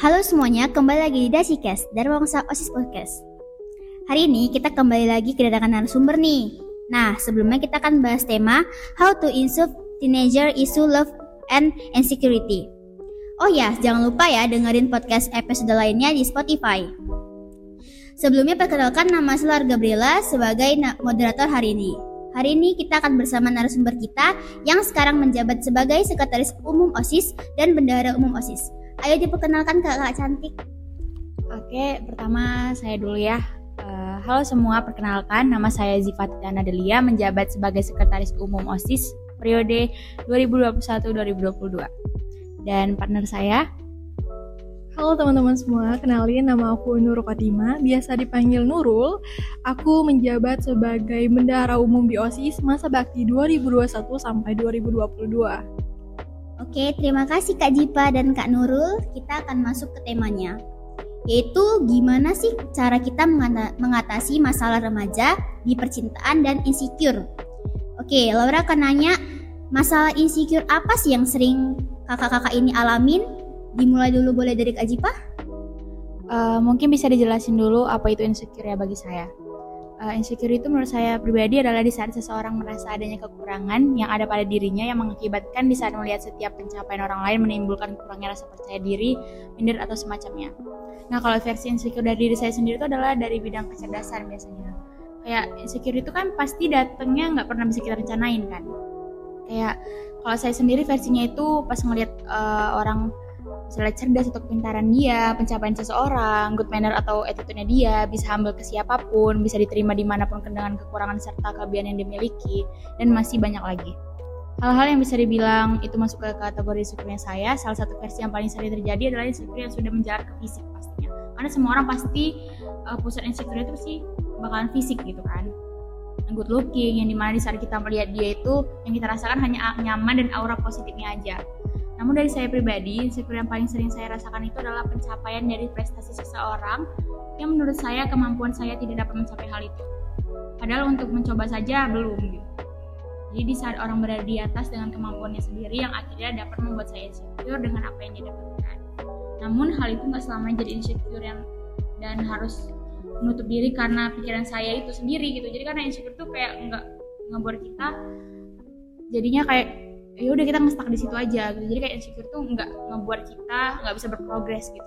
Halo semuanya, kembali lagi di Dasicast, Darmawangsa OSIS Podcast. Hari ini kita kembali lagi kedatangan narasumber nih. Nah, sebelumnya kita akan bahas tema How to Improve Teenager Issue Love and Insecurity. Oh ya, jangan lupa ya dengerin podcast episode lainnya di Spotify. Sebelumnya perkenalkan, nama saya Gabriela sebagai moderator hari ini. Hari ini kita akan bersama narasumber kita yang sekarang menjabat sebagai Sekretaris Umum OSIS dan Bendahara Umum OSIS. Ayo diperkenalkan kakak cantik. Oke, pertama saya dulu ya. Halo semua, perkenalkan nama saya Zifatina Delia, menjabat sebagai Sekretaris Umum OSIS periode 2021-2022. Dan partner saya. Halo teman-teman semua, kenalin nama aku Nurul Fatima, biasa dipanggil Nurul. Aku menjabat sebagai Bendahara Umum di OSIS masa bakti 2021 sampai 2022. Oke, terima kasih Kak Jipa dan Kak Nurul. Kita akan masuk ke temanya, yaitu gimana sih cara kita mengatasi masalah remaja di percintaan dan insecure. Oke, Laura akan nanya, masalah insecure apa sih yang sering kakak-kakak ini alamin? Dimulai dulu boleh dari Kak Jipa? Mungkin bisa dijelasin dulu apa itu insecure ya bagi saya. Insecure itu menurut saya pribadi adalah di saat seseorang merasa adanya kekurangan yang ada pada dirinya yang mengakibatkan di saat melihat setiap pencapaian orang lain menimbulkan kurangnya rasa percaya diri, minder atau semacamnya. Nah, kalau versi insecure dari diri saya sendiri itu adalah dari bidang kecerdasan biasanya. Kayak insecure itu kan pasti datangnya nggak pernah bisa kita rencanain kan. Kayak kalau saya sendiri versinya itu pas ngelihat orang misalnya cerdas atau kepintaran dia, pencapaian seseorang, good manner atau attitude-nya dia, bisa humble ke siapapun, bisa diterima dimanapun dengan kekurangan serta kelebihan yang dimiliki, dan masih banyak lagi. Hal-hal yang bisa dibilang itu masuk ke kategori insecure saya, salah satu versi yang paling sering terjadi adalah insecure yang sudah menjalar ke fisik pastinya. Karena semua orang pasti pusat insecure itu sih bakalan fisik gitu kan. Good looking, yang dimana di saat kita melihat dia itu, yang kita rasakan hanya nyaman dan aura positifnya aja. Namun dari saya pribadi, insecure yang paling sering saya rasakan itu adalah pencapaian dari prestasi seseorang yang menurut saya kemampuan saya tidak dapat mencapai hal itu. Padahal untuk mencoba saja belum gitu. Jadi di saat orang berada di atas dengan kemampuannya sendiri yang akhirnya dapat membuat saya insecure dengan apa yang dia dapatkan. Namun hal itu nggak selamanya jadi insecure dan harus menutup diri karena pikiran saya itu sendiri gitu. Jadi karena insecure tuh kayak nggak ngebuat kita jadinya kayak ya udah kita nge-stuck di situ aja gitu. Jadi kayak insecure tuh nggak ngebuat kita nggak bisa berprogres gitu.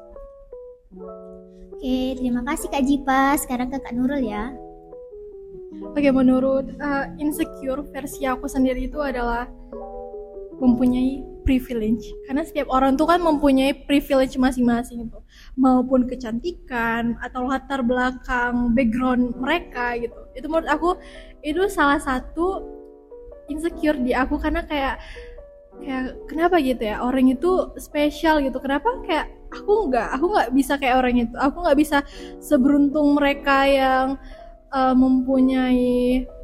Oke, terima kasih Kak Jipa. Sekarang ke Kak Nurul ya. Oke, menurut insecure versi aku sendiri itu adalah mempunyai privilege. Karena setiap orang tuh kan mempunyai privilege masing-masing itu, maupun kecantikan atau latar belakang background mereka gitu. Itu menurut aku itu salah satu insecure di aku, karena kayak kenapa gitu ya orang itu spesial gitu, kenapa kayak aku nggak bisa kayak orang itu, aku nggak bisa seberuntung mereka yang mempunyai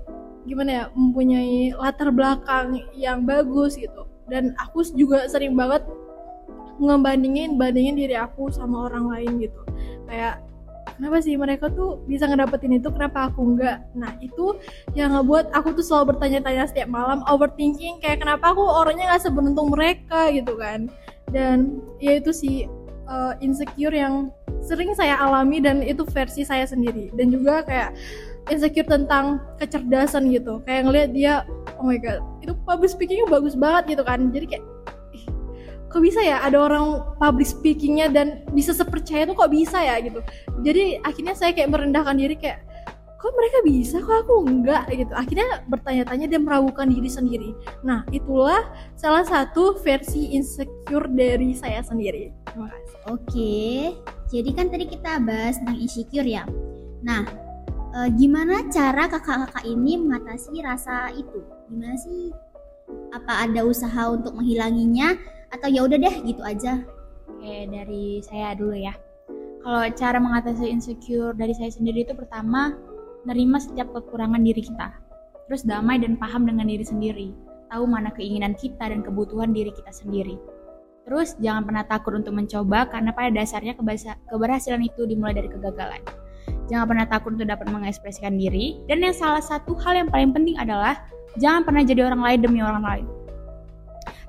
latar belakang yang bagus gitu. Dan aku juga sering banget bandingin diri aku sama orang lain gitu, kayak kenapa sih mereka tuh bisa ngedapetin itu, kenapa aku enggak. Nah itu yang ngebuat aku tuh selalu bertanya-tanya setiap malam, overthinking, kayak kenapa aku orangnya gak seberuntung mereka gitu kan. Dan ya itu sih insecure yang sering saya alami, dan itu versi saya sendiri. Dan juga kayak insecure tentang kecerdasan gitu, kayak ngelihat dia, oh my god, itu public speakingnya bagus banget gitu kan. Jadi kayak kok bisa ya ada orang public speakingnya dan bisa sepercaya itu, kok bisa ya gitu. Jadi akhirnya saya kayak merendahkan diri, kayak kok mereka bisa, kok aku enggak gitu. Akhirnya bertanya-tanya dan meragukan diri sendiri. Nah itulah salah satu versi insecure dari saya sendiri. Terima kasih. Oke, jadi kan tadi kita bahas tentang insecure ya. Nah, gimana cara kakak-kakak ini mengatasi rasa itu? Gimana sih? Apa ada usaha untuk menghilanginya? Atau ya udah deh gitu aja? Oke, dari saya dulu ya. Kalau cara mengatasi insecure dari saya sendiri itu pertama, nerima setiap kekurangan diri kita. Terus damai dan paham dengan diri sendiri. Tahu mana keinginan kita dan kebutuhan diri kita sendiri. Terus jangan pernah takut untuk mencoba, karena pada dasarnya keberhasilan itu dimulai dari kegagalan. Jangan pernah takut untuk dapat mengekspresikan diri. Dan yang salah satu hal yang paling penting adalah jangan pernah jadi orang lain demi orang lain.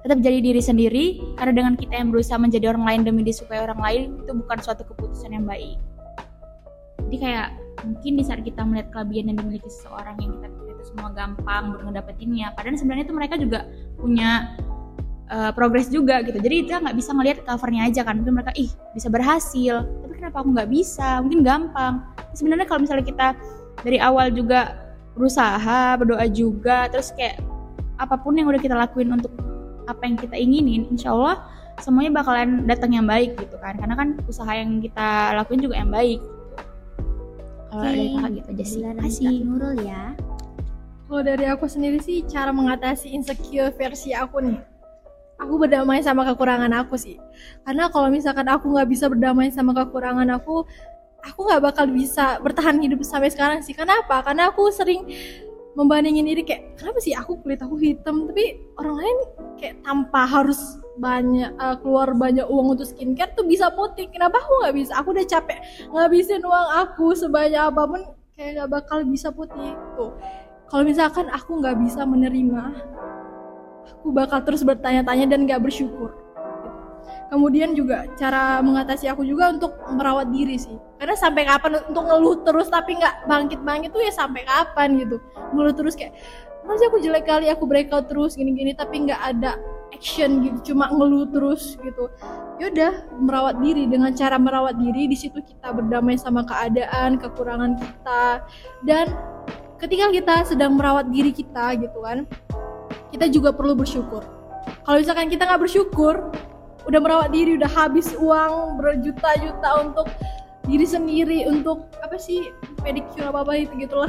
tetap jadi diri sendiri, karena dengan kita yang berusaha menjadi orang lain demi disukai orang lain itu bukan suatu keputusan yang baik. Jadi kayak mungkin di saat kita melihat kelebihan yang dimiliki seseorang yang kita pikir itu semua gampang baru ngedapetinnya, padahal sebenarnya itu mereka juga punya progres juga gitu. Jadi kita nggak bisa ngelihat covernya aja kan, mungkin mereka bisa berhasil, tapi kenapa aku nggak bisa, mungkin gampang. Sebenarnya kalau misalnya kita dari awal juga berusaha, berdoa juga, terus kayak apapun yang udah kita lakuin untuk apa yang kita inginin, insya Allah semuanya bakalan datang yang baik gitu kan, karena kan usaha yang kita lakuin juga yang baik gitu. Kalau dari kakak gitu aja sih. Kasih Nurul ya. Kalau dari aku sendiri sih, cara mengatasi insecure versi aku nih, aku berdamai sama kekurangan aku sih. Karena kalau misalkan aku nggak bisa berdamai sama kekurangan aku nggak bakal bisa bertahan hidup sampai sekarang sih. Kenapa? Karena aku sering membandingin diri kayak, kenapa sih kulit aku hitam tapi orang lain kayak tanpa harus keluar banyak uang untuk skincare tuh bisa putih. Kenapa aku nggak bisa? Aku udah capek ngabisin uang aku sebanyak apapun kayak nggak bakal bisa putih tuh. Kalau misalkan aku nggak bisa menerima, aku bakal terus bertanya-tanya dan gak bersyukur. Kemudian juga cara mengatasi aku juga untuk merawat diri sih. Karena sampai kapan untuk ngeluh terus tapi gak bangkit-bangkit tuh ya sampai kapan gitu. Ngeluh terus kayak, masih aku jelek kali, aku breakout terus gini-gini tapi gak ada action gitu, cuma ngeluh terus gitu. Yaudah, merawat diri. Dengan cara merawat diri, di situ kita berdamai sama keadaan, kekurangan kita. Dan ketika kita sedang merawat diri kita gitu kan, kita juga perlu bersyukur. Kalau misalkan kita nggak bersyukur, udah merawat diri, udah habis uang berjuta-juta untuk diri sendiri, untuk pedicure apa itu gitulah.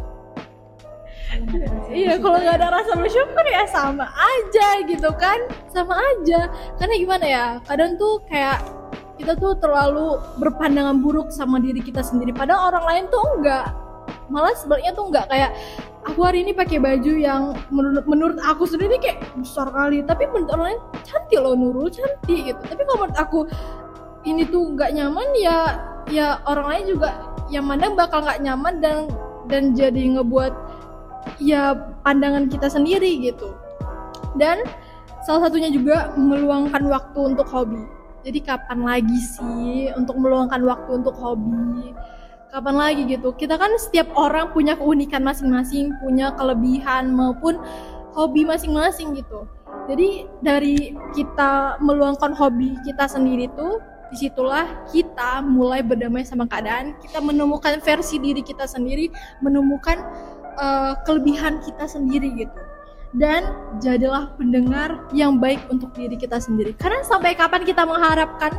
Iya, kalau nggak ada rasa bersyukur ya sama aja gitu kan, sama aja. Karena gimana ya, kadang tuh kayak kita tuh terlalu berpandangan buruk sama diri kita sendiri, padahal orang lain tuh enggak. Malah sebaliknya tuh enggak, kayak aku hari ini pakai baju yang menurut aku sendiri kayak besar kali, tapi menurut orang lain cantik loh, Nurul cantik gitu. Tapi kalau menurut aku ini tuh nggak nyaman, ya orang lain juga yang mandang bakal nggak nyaman dan jadi ngebuat ya pandangan kita sendiri gitu. Dan salah satunya juga meluangkan waktu untuk hobi. Jadi kapan lagi sih untuk meluangkan waktu untuk hobi? Kapan lagi gitu? Kita kan setiap orang punya keunikan masing-masing, punya kelebihan maupun hobi masing-masing gitu. Jadi dari kita meluangkan hobi kita sendiri tuh, disitulah kita mulai berdamai sama keadaan, kita menemukan versi diri kita sendiri, menemukan kelebihan kita sendiri gitu. Dan jadilah pendengar yang baik untuk diri kita sendiri. Karena sampai kapan kita mengharapkan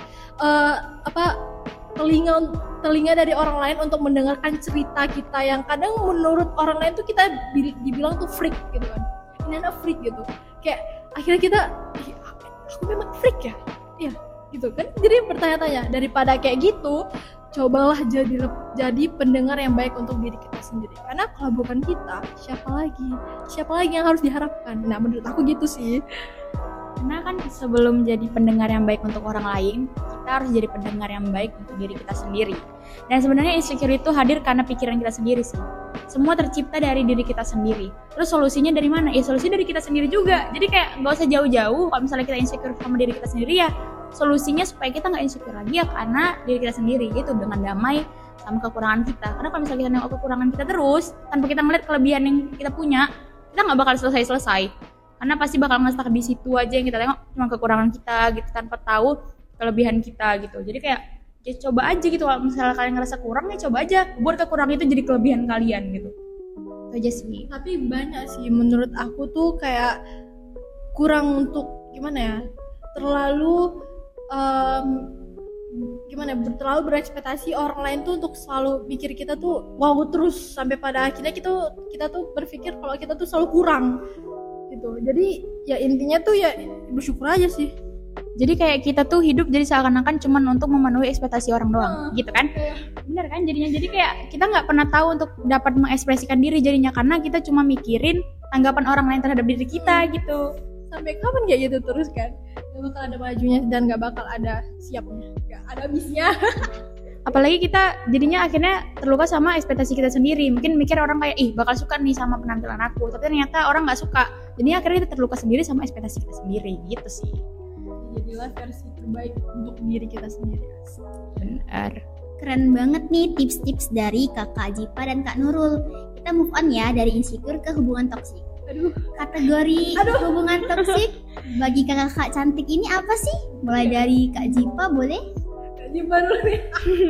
telinga dari orang lain untuk mendengarkan cerita kita yang kadang menurut orang lain tuh kita dibilang tuh freak gitu kan. Ini anak freak gitu. Kayak akhirnya kita, aku memang freak ya? Iya gitu kan. Jadi bertanya-tanya, daripada kayak gitu, cobalah jadi pendengar yang baik untuk diri kita sendiri. Karena kalau bukan kita, siapa lagi yang harus diharapkan? Nah, menurut aku gitu sih. Karena kan sebelum jadi pendengar yang baik untuk orang lain, kita harus jadi pendengar yang baik untuk diri kita sendiri. Dan sebenarnya insecure itu hadir karena pikiran kita sendiri sih. Semua tercipta dari diri kita sendiri. Terus solusinya dari mana? Ya solusinya dari kita sendiri juga. Jadi kayak gak usah jauh-jauh. Kalau misalnya kita insecure sama diri kita sendiri, ya solusinya supaya kita gak insecure lagi ya karena diri kita sendiri gitu, dengan damai sama kekurangan kita. Karena kalau misalnya kita nengok kekurangan kita terus tanpa kita melihat kelebihan yang kita punya, kita gak bakal selesai-selesai. Karena pasti bakal nge-stuck di situ aja yang kita tengok, cuma kekurangan kita gitu tanpa tahu kelebihan kita gitu. Jadi kayak ya coba aja gitu, kalau misalnya kalian ngerasa kurang ya coba aja buat kekurangan itu jadi kelebihan kalian gitu. Itu aja sih. Tapi banyak sih menurut aku tuh kayak kurang untuk gimana ya, terlalu terlalu berekspektasi orang lain tuh untuk selalu mikir kita tuh wow terus, sampai pada akhirnya kita tuh berpikir kalau kita tuh selalu kurang gitu. Jadi ya intinya tuh ya bersyukur aja sih. Jadi kayak kita tuh hidup jadi seakan-akan cuman untuk memenuhi ekspektasi orang doang, gitu kan? Bener kan jadinya? Jadi kayak kita nggak pernah tahu untuk dapat mengekspresikan diri jadinya, karena kita cuma mikirin tanggapan orang lain terhadap diri kita gitu. Sampai kapan kayak gitu terus kan? Gak bakal ada majunya dan gak bakal ada siapnya, gak ada habisnya. apalagi kita jadinya akhirnya terluka sama ekspektasi kita sendiri. Mungkin mikir orang kayak bakal suka nih sama penampilan aku, tapi ternyata orang nggak suka, jadinya akhirnya kita terluka sendiri sama ekspektasi kita sendiri gitu sih. Jadilah versi terbaik untuk diri kita sendiri. Benar. Keren banget nih tips-tips dari Kakak Jipa dan Kak Nurul. Kita move on ya dari insecure ke hubungan toksik. Kategori hubungan toksik bagi kakak cantik ini apa sih? Mulai dari Kak Jipa boleh? Kak Jipa dulu nih.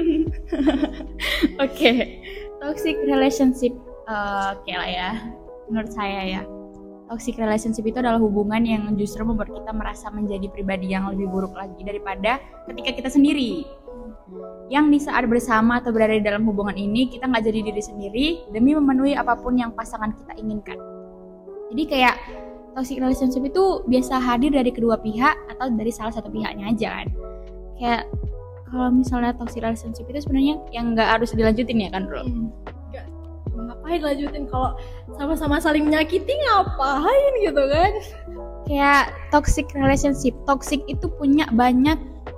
Oke. Toxic relationship oke lah ya. Menurut saya ya, toxic relationship itu adalah hubungan yang justru membuat kita merasa menjadi pribadi yang lebih buruk lagi daripada ketika kita sendiri. Yang di saat bersama atau berada di dalam hubungan ini, kita nggak jadi diri sendiri demi memenuhi apapun yang pasangan kita inginkan. Jadi kayak toxic relationship itu biasa hadir dari kedua pihak atau dari salah satu pihaknya aja kan. Kayak kalau misalnya toxic relationship itu sebenarnya yang nggak harus dilanjutin ya kan, Bro? Nggak, ngapain lanjutin kalau sama-sama saling menyakiti, ngapain gitu kan? Kayak toxic relationship, toxic itu punya banyak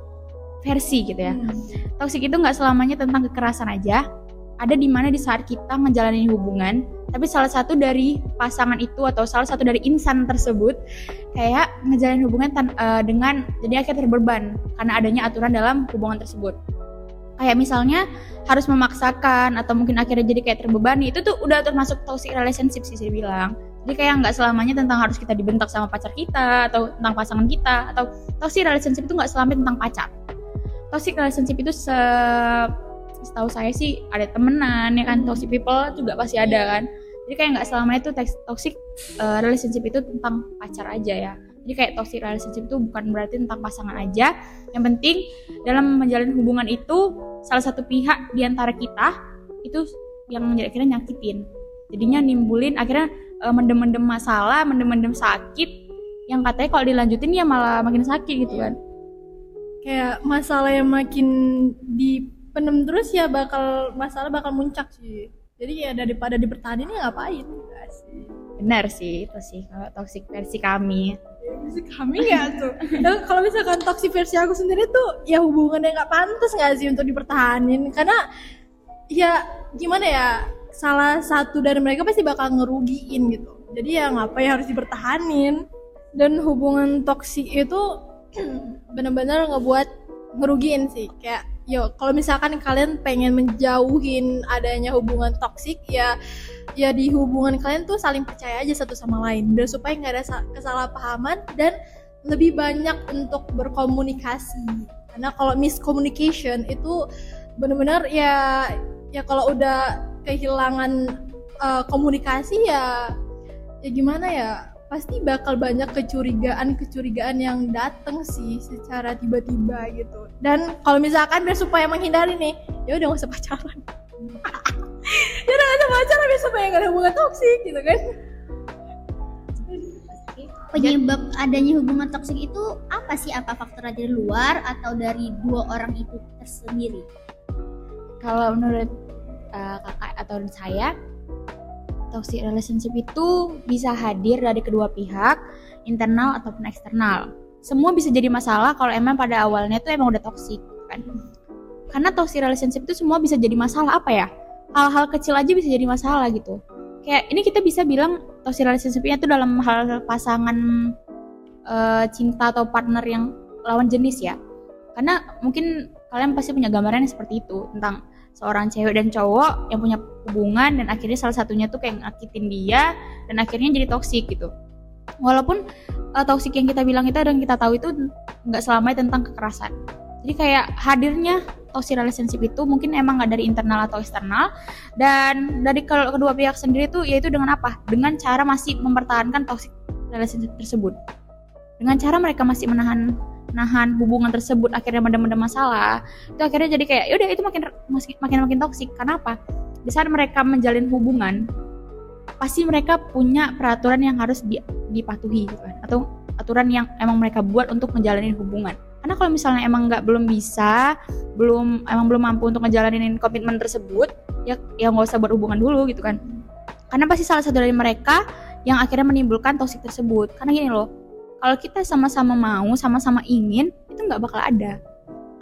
versi gitu ya. Toxic itu nggak selamanya tentang kekerasan aja. Ada di mana di saat kita ngejalanin hubungan, tapi salah satu dari pasangan itu atau salah satu dari insan tersebut kayak ngejalanin hubungan dengan jadi akhirnya terbeban karena adanya aturan dalam hubungan tersebut. Kayak misalnya harus memaksakan atau mungkin akhirnya jadi kayak terbebani, itu tuh udah termasuk toxic relationship sih saya bilang. Jadi kayak nggak selamanya tentang harus kita dibentak sama pacar kita atau tentang pasangan kita, atau toxic relationship itu nggak selamanya tentang pacar. Toxic relationship itu setahu saya sih ada temenan ya kan, toxic people juga pasti ada kan. Jadi kayak nggak selamanya itu toxic relationship itu tentang pacar aja ya. Jadi kayak toxic relationship itu bukan berarti tentang pasangan aja. Yang penting dalam menjalin hubungan itu salah satu pihak di antara kita itu yang akhirnya nyakitin. Jadinya nimbulin akhirnya mendem-mendem masalah, mendem-mendem sakit yang katanya kalau dilanjutin ya malah makin sakit gitu kan. Kayak masalah yang makin dipenem terus ya masalah bakal muncak sih. Jadi ya daripada dipertahanin ya ngapain? Sih. Benar sih, itu sih kalau toxic versi kami. Versi kami nggak tuh? Kalau misalkan toxic versi aku sendiri tuh ya hubungannya nggak pantas nggak sih untuk dipertahanin? Karena ya gimana ya, salah satu dari mereka pasti bakal ngerugiin gitu. Jadi ya ngapain harus dipertahanin? Dan hubungan toksik itu benar-benar ngerugiin sih. Kayak kalau misalkan kalian pengen menjauhin adanya hubungan toksik ya di hubungan kalian tuh saling percaya aja satu sama lain, dan supaya nggak ada kesalahpahaman dan lebih banyak untuk berkomunikasi. Karena kalau miscommunication itu benar-benar ya kalau udah kehilangan komunikasi ya gimana ya, pasti bakal banyak kecurigaan yang datang sih secara tiba-tiba gitu. Dan kalau misalkan biar supaya menghindari nih, ya udah nggak usah pacaran. Ya udah nggak usah pacaran biar supaya nggak ada hubungan toksik gitu kan. Penyebab adanya hubungan toksik itu apa sih? Apa faktor dari luar atau dari dua orang itu tersendiri? Kalau menurut kakak atau saya, toxic relationship itu bisa hadir dari kedua pihak, internal ataupun eksternal. Semua bisa jadi masalah kalau emang pada awalnya tuh emang udah toxic kan. Karena toxic relationship itu semua bisa jadi masalah, apa ya? Hal-hal kecil aja bisa jadi masalah gitu. Kayak ini kita bisa bilang toxic relationship-nya tuh dalam hal pasangan cinta atau partner yang lawan jenis ya. Karena mungkin kalian pasti punya gambaran seperti itu tentang seorang cewek dan cowok yang punya hubungan dan akhirnya salah satunya tuh kayak ngakitin dia dan akhirnya jadi toksik gitu. Walaupun toksik yang kita bilang itu dan kita tahu itu nggak selamanya tentang kekerasan. Jadi kayak hadirnya toxic relationship itu mungkin emang nggak dari internal atau eksternal, dan dari kedua pihak sendiri tuh yaitu dengan apa? Dengan cara masih mempertahankan toxic relationship tersebut. Dengan cara mereka masih menahan hubungan tersebut, akhirnya mendem-mendem masalah, itu akhirnya jadi kayak yaudah itu makin toksik. Karena apa? Di saat mereka menjalin hubungan pasti mereka punya peraturan yang harus dipatuhi gitu kan, atau aturan yang emang mereka buat untuk ngejalanin hubungan. Karena kalau misalnya emang belum mampu untuk ngejalanin komitmen tersebut, ya nggak usah buat hubungan dulu gitu kan. Karena pasti salah satu dari mereka yang akhirnya menimbulkan toksik tersebut. Karena gini loh, kalau kita sama-sama mau, sama-sama ingin, itu nggak bakal ada.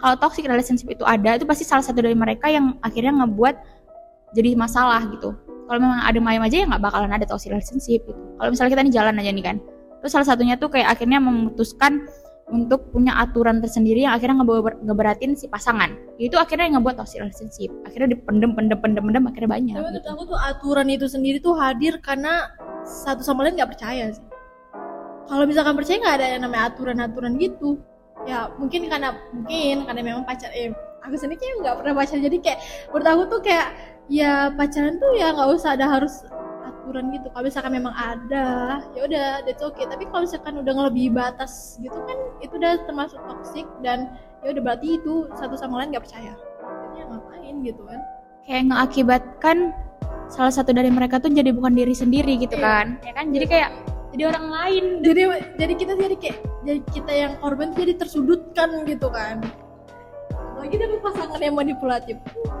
kalau toxic relationship itu ada, itu pasti salah satu dari mereka yang akhirnya ngebuat jadi masalah gitu. Kalau memang adem ayem aja ya nggak bakalan ada toxic relationship gitu. Kalau misalnya kita nih jalan aja nih kan, terus salah satunya tuh kayak akhirnya memutuskan untuk punya aturan tersendiri yang akhirnya ngeberatin si pasangan, itu akhirnya yang ngebuat toxic relationship. Akhirnya dipendem akhirnya banyak. Tapi menurut aku tuh aturan itu sendiri tuh hadir karena satu sama lain nggak percaya sih. Kalau misalkan percaya nggak ada yang namanya aturan gitu. Ya mungkin karena memang pacar aku sendiri kayak nggak pernah pacar, jadi kayak menurut aku tuh kayak ya pacaran tuh ya nggak usah ada harus aturan gitu. Kalau misalkan memang ada ya udah that's okay, tapi kalau misalkan udah ngelebihi batas gitu kan itu udah termasuk toxic, dan ya udah berarti itu satu sama lain nggak percaya, jadi ya ngapain gitu kan, kayak mengakibatkan salah satu dari mereka tuh jadi bukan diri sendiri gitu kan, ya kan, jadi kayak jadi orang lain, jadi kita jadi kita yang korban jadi tersudutkan gitu kan, lagi dapet pasangan yang manipulatif.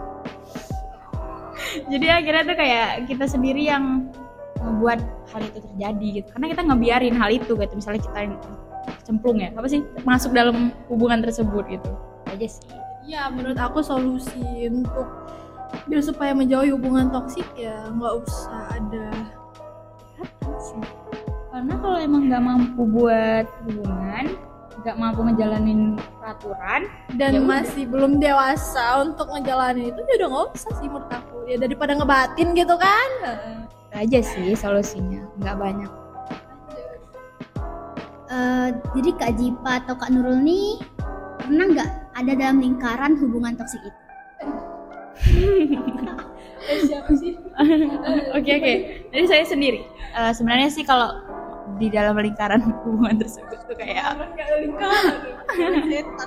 Jadi akhirnya tuh kayak kita sendiri yang membuat hal itu terjadi gitu, karena kita ngebiarin hal itu gitu. Misalnya kita cemplung ya, apa sih, masuk dalam hubungan tersebut gitu aja sih. Ya menurut aku solusi untuk biar supaya menjauhi hubungan toksik ya nggak usah ada sih. Karena kalau emang nggak mampu buat hubungan, nggak mampu ngejalanin peraturan dan ya masih belum dewasa untuk ngejalanin itu, ya udah nggak usah sih menurut aku, ya daripada ngebatin gitu kan. Aja sih solusinya, nggak banyak. Jadi Kak Jipa atau Kak Nurul nih pernah nggak ada dalam lingkaran hubungan toksik itu? Siapa sih? Oke. Jadi saya sendiri. Sebenarnya sih kalau di dalam lingkaran hubungan tersebut tuh kayak nggak ada lingkaran, setan.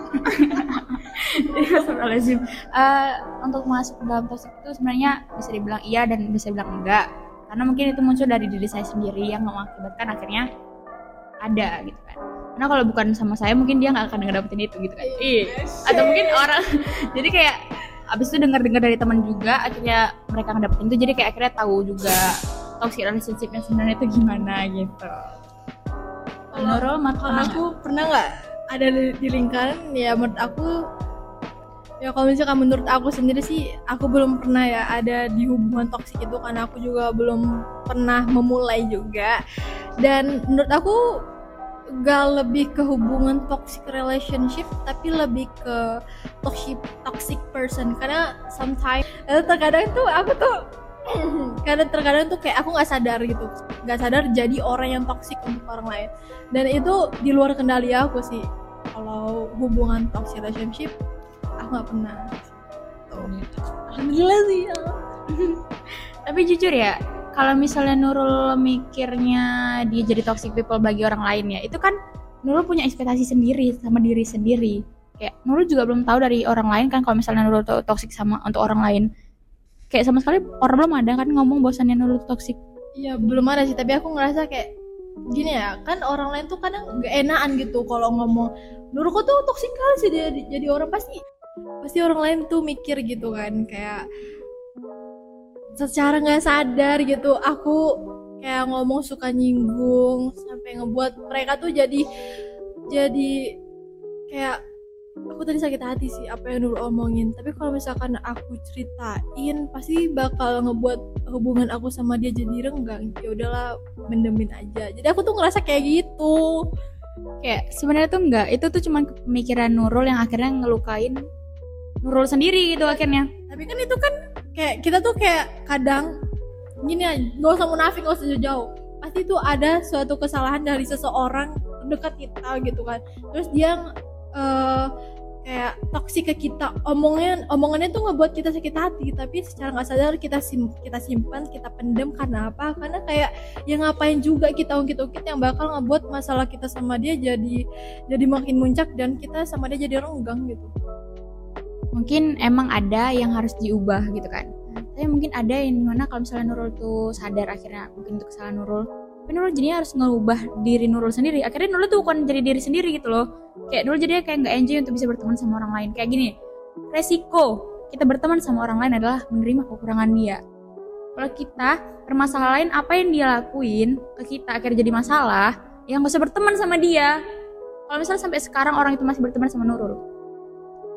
Untuk masuk ke dalam toksik itu sebenarnya bisa dibilang iya dan bisa dibilang enggak, karena mungkin itu muncul dari diri saya sendiri yang mengakibatkan akhirnya ada gitu kan. Karena kalau bukan sama saya mungkin dia nggak akan ngedapetin itu gitu kan. Atau mungkin orang jadi kayak abis itu dengar dari teman juga, akhirnya mereka ngedapetin itu, jadi kayak akhirnya tahu juga toxic relationship yang sebenarnya itu gimana gitu. Kalau aku pernah nggak ada di lingkaran, ya menurut aku ya kalau misalkan menurut aku sendiri sih aku belum pernah ya ada di hubungan toksik itu, karena aku juga belum pernah memulai juga. Dan menurut aku gak lebih ke hubungan toxic relationship, tapi lebih ke toxic person, karena sometimes terkadang tuh aku tuh terkadang tuh kayak aku nggak sadar jadi orang yang toxic untuk orang lain, dan itu di luar kendali aku sih. Kalau hubungan toxic relationship aku nggak pernah. Alhamdulillah sih ya. Tapi jujur ya, kalau misalnya Nurul mikirnya dia jadi toxic people bagi orang lain ya, itu kan Nurul punya ekspektasi sendiri sama diri sendiri. Kayak Nurul juga belum tahu dari orang lain kan kalau misalnya Nurul toxic sama untuk orang lain. Kayak sama sekali orang belum ada kan ngomong bahwasannya Nurul toxic. Iya belum ada sih, tapi aku ngerasa kayak gini ya, kan orang lain tuh kadang gak enakan gitu kalau ngomong Nurul kok tuh toxic kali sih dia jadi orang, pasti orang lain tuh mikir gitu kan, kayak secara nggak sadar gitu aku kayak ngomong suka nyinggung sampai ngebuat mereka tuh jadi kayak aku tadi sakit hati sih apa yang Nurul omongin. Tapi kalau misalkan aku ceritain pasti bakal ngebuat hubungan aku sama dia jadi renggang. Ya udahlah, mendemin aja. Jadi aku tuh ngerasa kayak gitu. Kayak sebenarnya tuh enggak, itu tuh cuma pemikiran Nurul yang akhirnya ngelukain Nurul sendiri gitu akhirnya. Tapi kan itu kan kayak kita tuh kayak kadang gini aja, gak usah munafik, gak usah jauh-jauh, pasti tuh ada suatu kesalahan dari seseorang terdekat kita gitu kan, terus dia kayak toksik ke kita, omongannya tuh ngebuat kita sakit hati, tapi secara nggak sadar kita simpan, kita pendem. Karena apa? Karena kayak ya ngapain juga kita ungkit-ungkit yang bakal ngebuat masalah kita sama dia jadi makin muncak dan kita sama dia jadi renggang gitu. Mungkin emang ada yang harus diubah gitu kan, tapi mungkin ada yang dimana kalau misalnya Nurul tuh sadar akhirnya mungkin itu kesalahan Nurul, tapi Nurul jadinya harus ngerubah diri Nurul sendiri. Akhirnya Nurul tuh bukan jadi diri sendiri gitu loh, kayak Nurul jadinya kayak nggak enjoy untuk bisa berteman sama orang lain. Kayak gini, resiko kita berteman sama orang lain adalah menerima kekurangan dia. Kalau kita permasalahan apa yang dia lakuin ke kita akhirnya jadi masalah, ya nggak usah berteman sama dia. Kalau misalnya sampai sekarang orang itu masih berteman sama Nurul,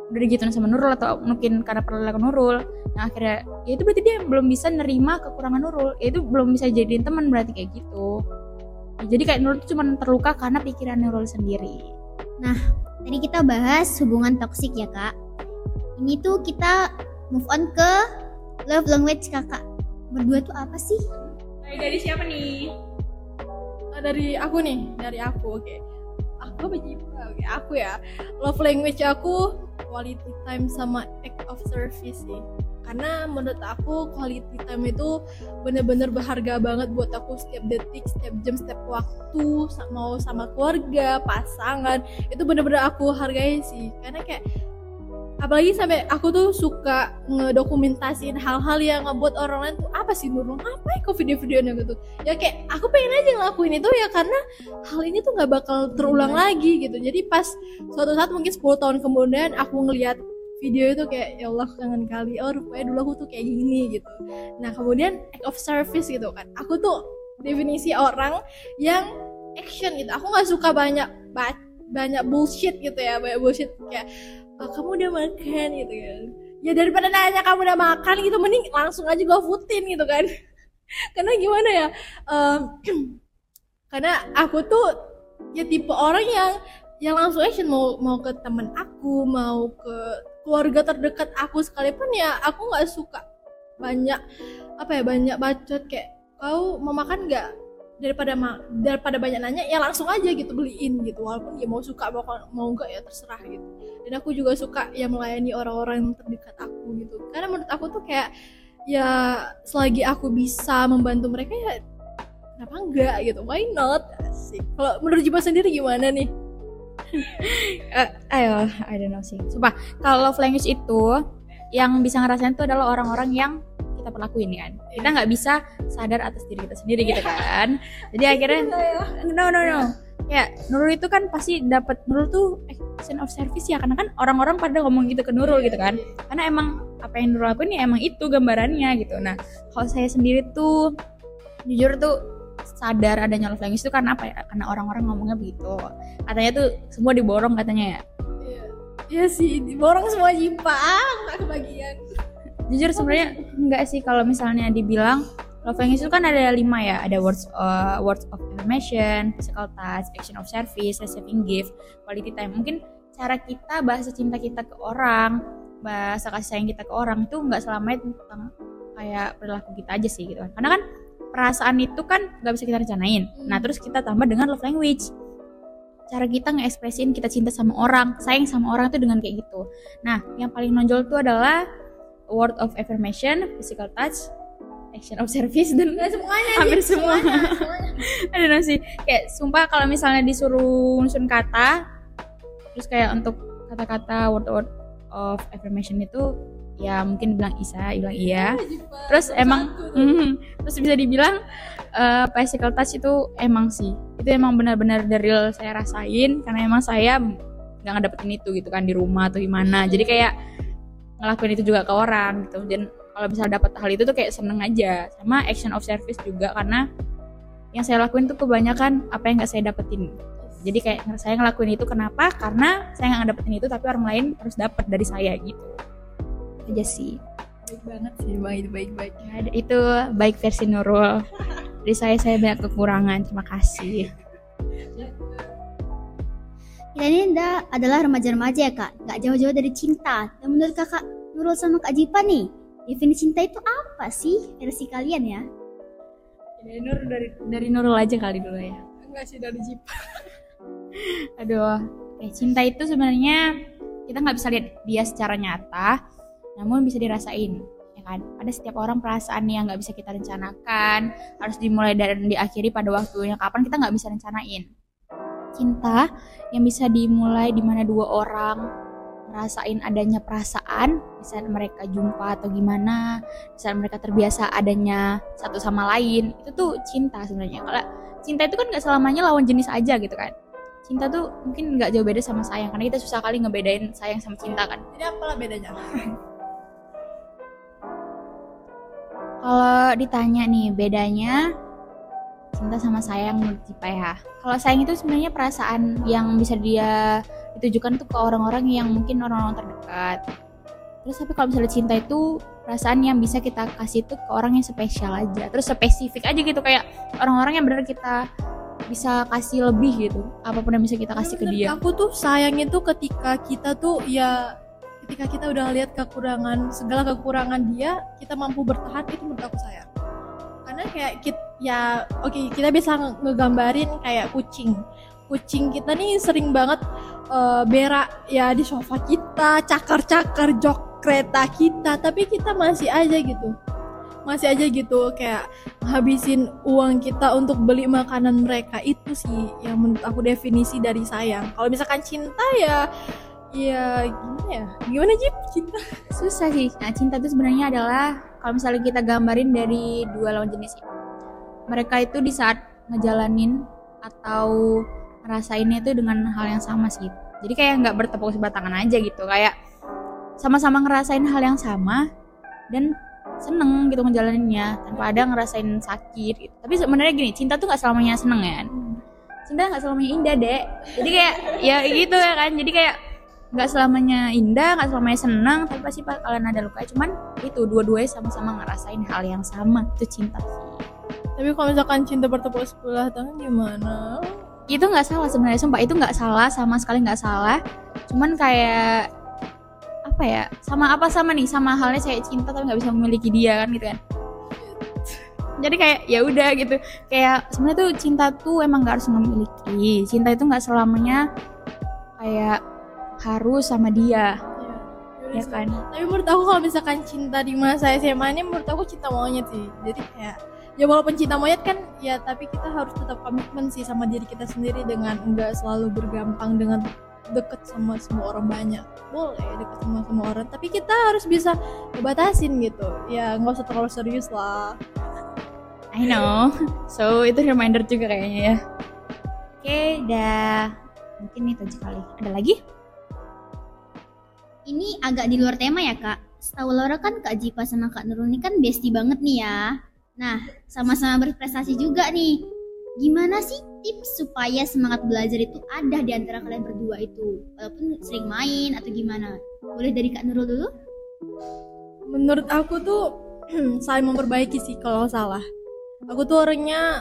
udah digituin sama Nurul atau mungkin karena perilaku Nurul, nah akhirnya ya itu berarti dia belum bisa nerima kekurangan Nurul, ya itu belum bisa jadiin teman berarti kayak gitu. Jadi kayak Nurul tuh cuma terluka karena pikiran Nurul sendiri. Nah, tadi kita bahas hubungan toksik ya kak. Ini tuh kita move on ke love language kakak. Berdua tuh apa sih? Dari siapa nih? Dari aku nih, dari aku. Oke. Aku apa Jipa? Oke, aku ya. Love language aku quality time sama act of service sih. Karena menurut aku quality time itu bener-bener berharga banget buat aku. Setiap detik, setiap jam, setiap waktu, mau sama keluarga, pasangan, itu bener-bener aku hargai sih. Karena kayak apalagi sampai aku tuh suka ngedokumentasiin hal-hal yang ngebuat orang lain tuh apa sih Nurul, ngapain kok video-videonya gitu ya, kayak aku pengen aja ngelakuin itu ya karena hal ini tuh nggak bakal terulang lagi gitu. Jadi pas suatu saat mungkin 10 tahun kemudian aku ngelihat video itu kayak ya Allah kangen kali, oh rupanya dulu aku tuh kayak gini gitu. Nah kemudian act of service gitu kan, aku tuh definisi orang yang action gitu. Aku nggak suka banyak bullshit gitu ya, banyak bullshit kayak kamu udah makan gitu kan, ya daripada nanya kamu udah makan gitu mending langsung aja GoFoodin gitu kan. Karena gimana ya, karena aku tuh ya tipe orang yang langsung action, mau ke temen aku, mau ke keluarga terdekat aku sekalipun ya aku nggak suka banyak banyak bacot kayak kau mau makan nggak, daripada banyak nanya ya langsung aja gitu beliin gitu, walaupun dia mau suka mau enggak ya terserah gitu. Dan aku juga suka ya melayani orang-orang terdekat aku gitu, karena menurut aku tuh kayak ya selagi aku bisa membantu mereka ya kenapa enggak gitu, why not. Asik. Kalau menurut Jipa sendiri gimana nih? I don't know sih. Sumpah, kalau love language itu yang bisa ngerasain itu adalah orang-orang yang kita perlakuin kan. Kita nggak bisa sadar atas diri kita sendiri gitu kan. Jadi akhirnya no. Ya, Nurul itu kan pasti dapat, Nurul tuh action of service ya, karena kan orang-orang pada ngomong gitu ke Nurul gitu kan. Karena emang apa yang Nurul lakuin ya emang itu gambarannya gitu. Nah, kalau saya sendiri tuh jujur tuh sadar adanya love language itu karena apa ya? Karena orang-orang ngomongnya begitu. Katanya tuh semua diborong katanya ya. Iya sih, diborong semua Jipa, nggak kebagian. Jujur sebenarnya enggak sih, kalau misalnya dibilang love language itu kan ada 5 ya, ada words of affirmation, physical touch, action of service, receiving gift, quality time. Mungkin cara kita bahasa cinta kita ke orang, bahasa kasih sayang kita ke orang itu enggak selamanya tentang kayak perilaku kita aja sih gitu kan. Karena kan perasaan itu kan enggak bisa kita rencanain. Nah, terus kita tambah dengan love language. Cara kita nge-ekspresiin kita cinta sama orang, sayang sama orang itu dengan kayak gitu. Nah, yang paling nonjol itu adalah word of affirmation, physical touch, action of service, dan semuanya hampir semua. Ada sih, kayak sumpah kalau misalnya disuruh nyusun kata, terus kayak untuk kata-kata word of affirmation itu ya mungkin bilang bilang iya. Terus emang terus bisa dibilang physical touch itu emang sih, itu emang benar-benar dari real saya rasain, karena emang saya nggak ngedapetin itu gitu kan di rumah atau gimana. Jadi kayak ngelakuin itu juga ke orang gitu, dan kalau bisa dapat hal itu tuh kayak seneng aja. Sama action of service juga, karena yang saya lakuin tuh kebanyakan apa yang nggak saya dapetin. Jadi kayak saya ngelakuin itu kenapa? Karena saya nggak dapetin itu, tapi orang lain harus dapat dari saya gitu aja sih. Baik banget sih Bang, itu baik-baik. Ya, itu baik versi Nurul. Dari saya banyak kekurangan, terima kasih. Kita ini adalah remaja-remaja ya kak, gak jauh-jauh dari cinta. Dan menurut kakak Nurul sama Kak Jipa nih, definisi cinta itu apa sih versi kalian ya? Dari Nurul aja kali dulu ya. Enggak sih, dari Jipa. Aduh, cinta itu sebenarnya kita nggak bisa lihat dia secara nyata, namun bisa dirasain. Ya kan? Ada setiap orang perasaan yang nggak bisa kita rencanakan, harus dimulai dan diakhiri pada waktunya. Kapan kita nggak bisa rencanain. Cinta yang bisa dimulai di mana dua orang merasain adanya perasaan, misalnya mereka jumpa atau gimana, misalnya mereka terbiasa adanya satu sama lain, itu tuh cinta sebenarnya. Kalau cinta itu kan nggak selamanya lawan jenis aja gitu kan. Cinta tuh mungkin nggak jauh beda sama sayang, karena kita susah kali ngebedain sayang sama cinta kan. Jadi apalah bedanya? Kalau ditanya nih bedanya cinta sama sayang menurut Jipa ya. Kalau sayang itu sebenarnya perasaan yang bisa dia ditujukan tuh ke orang-orang yang mungkin orang-orang terdekat. Terus tapi kalau misalnya cinta itu perasaan yang bisa kita kasih tuh ke orang yang spesial aja, terus spesifik aja gitu, kayak orang-orang yang benar kita bisa kasih lebih gitu, apapun yang bisa kita kasih ke dia. Aku tuh sayang itu ketika kita tuh ya, ketika kita udah lihat kekurangan, segala kekurangan dia, kita mampu bertahan, itu menurut aku sayang. Karena kayak kita bisa ngegambarin kayak kucing kita nih sering banget berak ya di sofa kita, cakar-cakar jok kereta kita, tapi kita masih aja gitu kayak habisin uang kita untuk beli makanan mereka. Itu sih yang menurut aku definisi dari sayang. Kalau misalkan cinta ya gimana Jip, cinta Susah sih. Nah, cinta itu sebenarnya adalah kalau misalnya kita gambarin dari dua lawan jenis, mereka itu di saat ngejalanin atau ngerasainnya itu dengan hal yang sama sih. Jadi kayak nggak bertepuk sebelah tangan aja gitu, kayak sama-sama ngerasain hal yang sama dan seneng gitu ngejalaninnya tanpa ada ngerasain sakit gitu. Tapi sebenarnya gini, cinta tuh nggak selamanya seneng ya. Cinta nggak selamanya indah, Dek. Jadi kayak ya gitu ya kan. Jadi kayak nggak selamanya indah, nggak selamanya senang, tapi pasti bakalan ada luka. Cuman itu dua-duanya sama-sama ngerasain hal yang sama, itu cinta sih. Tapi kalau misalkan cinta bertepuk sebelah tangan gimana? Itu nggak salah sebenarnya, sumpah itu nggak salah, sama sekali nggak salah. Cuman kayak apa ya, sama halnya saya cinta tapi nggak bisa memiliki dia kan gitu kan. Jadi kayak ya udah gitu, kayak sebenarnya tuh cinta tuh emang nggak harus memiliki. Cinta itu nggak selamanya kayak harus sama dia, ya kan. Tapi menurut aku kalau misalkan cinta di masa SMA ini, menurut aku cinta monyet sih. Jadi kayak ya walaupun cinta monyet kan ya, tapi kita harus tetap komitmen sih sama diri kita sendiri dengan enggak selalu bergampang dengan deket sama semua orang banyak. Boleh deket sama semua orang, tapi kita harus bisa ngebatasin gitu. Ya nggak usah terlalu serius lah. I know. So itu reminder juga kayaknya ya. Oke, dah. Mungkin itu aja kali. Ada lagi? Ini agak di luar tema ya Kak. Setahu Laura kan Kak Jipa sama Kak Nurul ini kan bestie banget nih ya. Nah, sama-sama berprestasi juga nih. Gimana sih tips supaya semangat belajar itu ada di antara kalian berdua itu? Walaupun sering main atau gimana? Boleh dari Kak Nurul dulu? Menurut aku tuh saling memperbaiki sih kalau salah. Aku tuh orangnya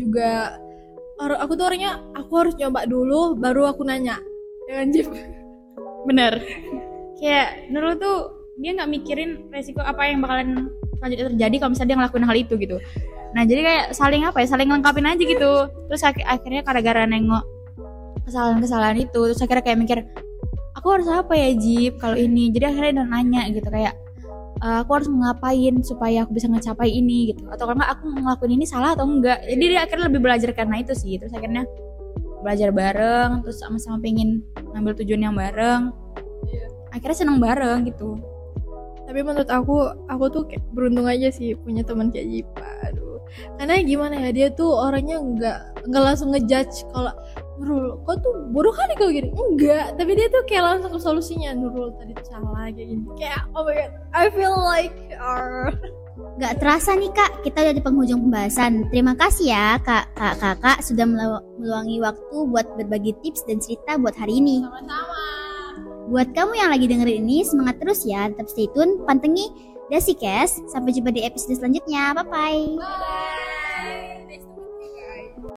aku harus nyoba dulu baru aku nanya. Ya kan Jip? Bener. Kayak Nurul tuh dia nggak mikirin resiko apa yang bakalan selanjutnya terjadi kalau misalnya dia ngelakuin hal itu gitu. Nah jadi kayak saling lengkapin aja gitu. Terus akhirnya gara-gara nengok kesalahan itu, terus akhirnya kayak mikir, aku harus apa ya Jip kalau ini. Jadi akhirnya udah nanya gitu kayak, aku harus ngapain supaya aku bisa ngecapai ini gitu. Atau kalau nggak aku ngelakuin ini salah atau enggak. Jadi dia akhirnya lebih belajar karena itu sih. Terus akhirnya belajar bareng, terus sama-sama pengen ngambil tujuan yang bareng. Akhirnya seneng bareng gitu. Tapi menurut aku tuh kayak beruntung aja sih punya teman kayak Jipa. Aduh. Karena gimana ya, dia tuh orangnya nggak langsung ngejudge kalau Nurul, kok tuh bodoh kali kau gini. Enggak, tapi dia tuh kayak langsung ke solusinya. Nurul tadi tuh salah kayak gini. Kayak oh my god, I feel like Gak terasa nih Kak, kita udah di penghujung pembahasan. Terima kasih ya kakak sudah meluangi waktu buat berbagi tips dan cerita buat hari ini. Sama-sama. Buat kamu yang lagi dengerin ini, semangat terus ya, tetap stay tune, pantengin Dasicast. Sampai jumpa di episode selanjutnya. Bye-bye. Bye.